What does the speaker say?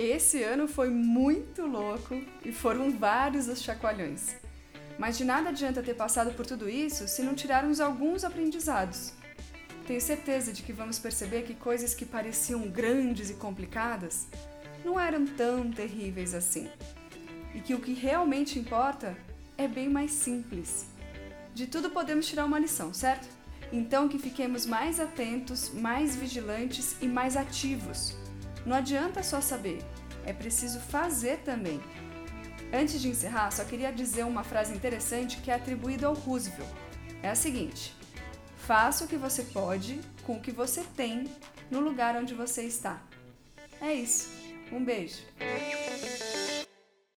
Esse ano foi muito louco e foram vários os chacoalhões. Mas de nada adianta ter passado por tudo isso se não tirarmos alguns aprendizados. Tenho certeza de que vamos perceber que coisas que pareciam grandes e complicadas não eram tão terríveis assim. E que o que realmente importa é bem mais simples. De tudo podemos tirar uma lição, certo? Então que fiquemos mais atentos, mais vigilantes e mais ativos. Não adianta só saber, é preciso fazer também. Antes de encerrar, só queria dizer uma frase interessante que é atribuída ao Roosevelt. É a seguinte: faça o que você pode com o que você tem no lugar onde você está. É isso. Um beijo.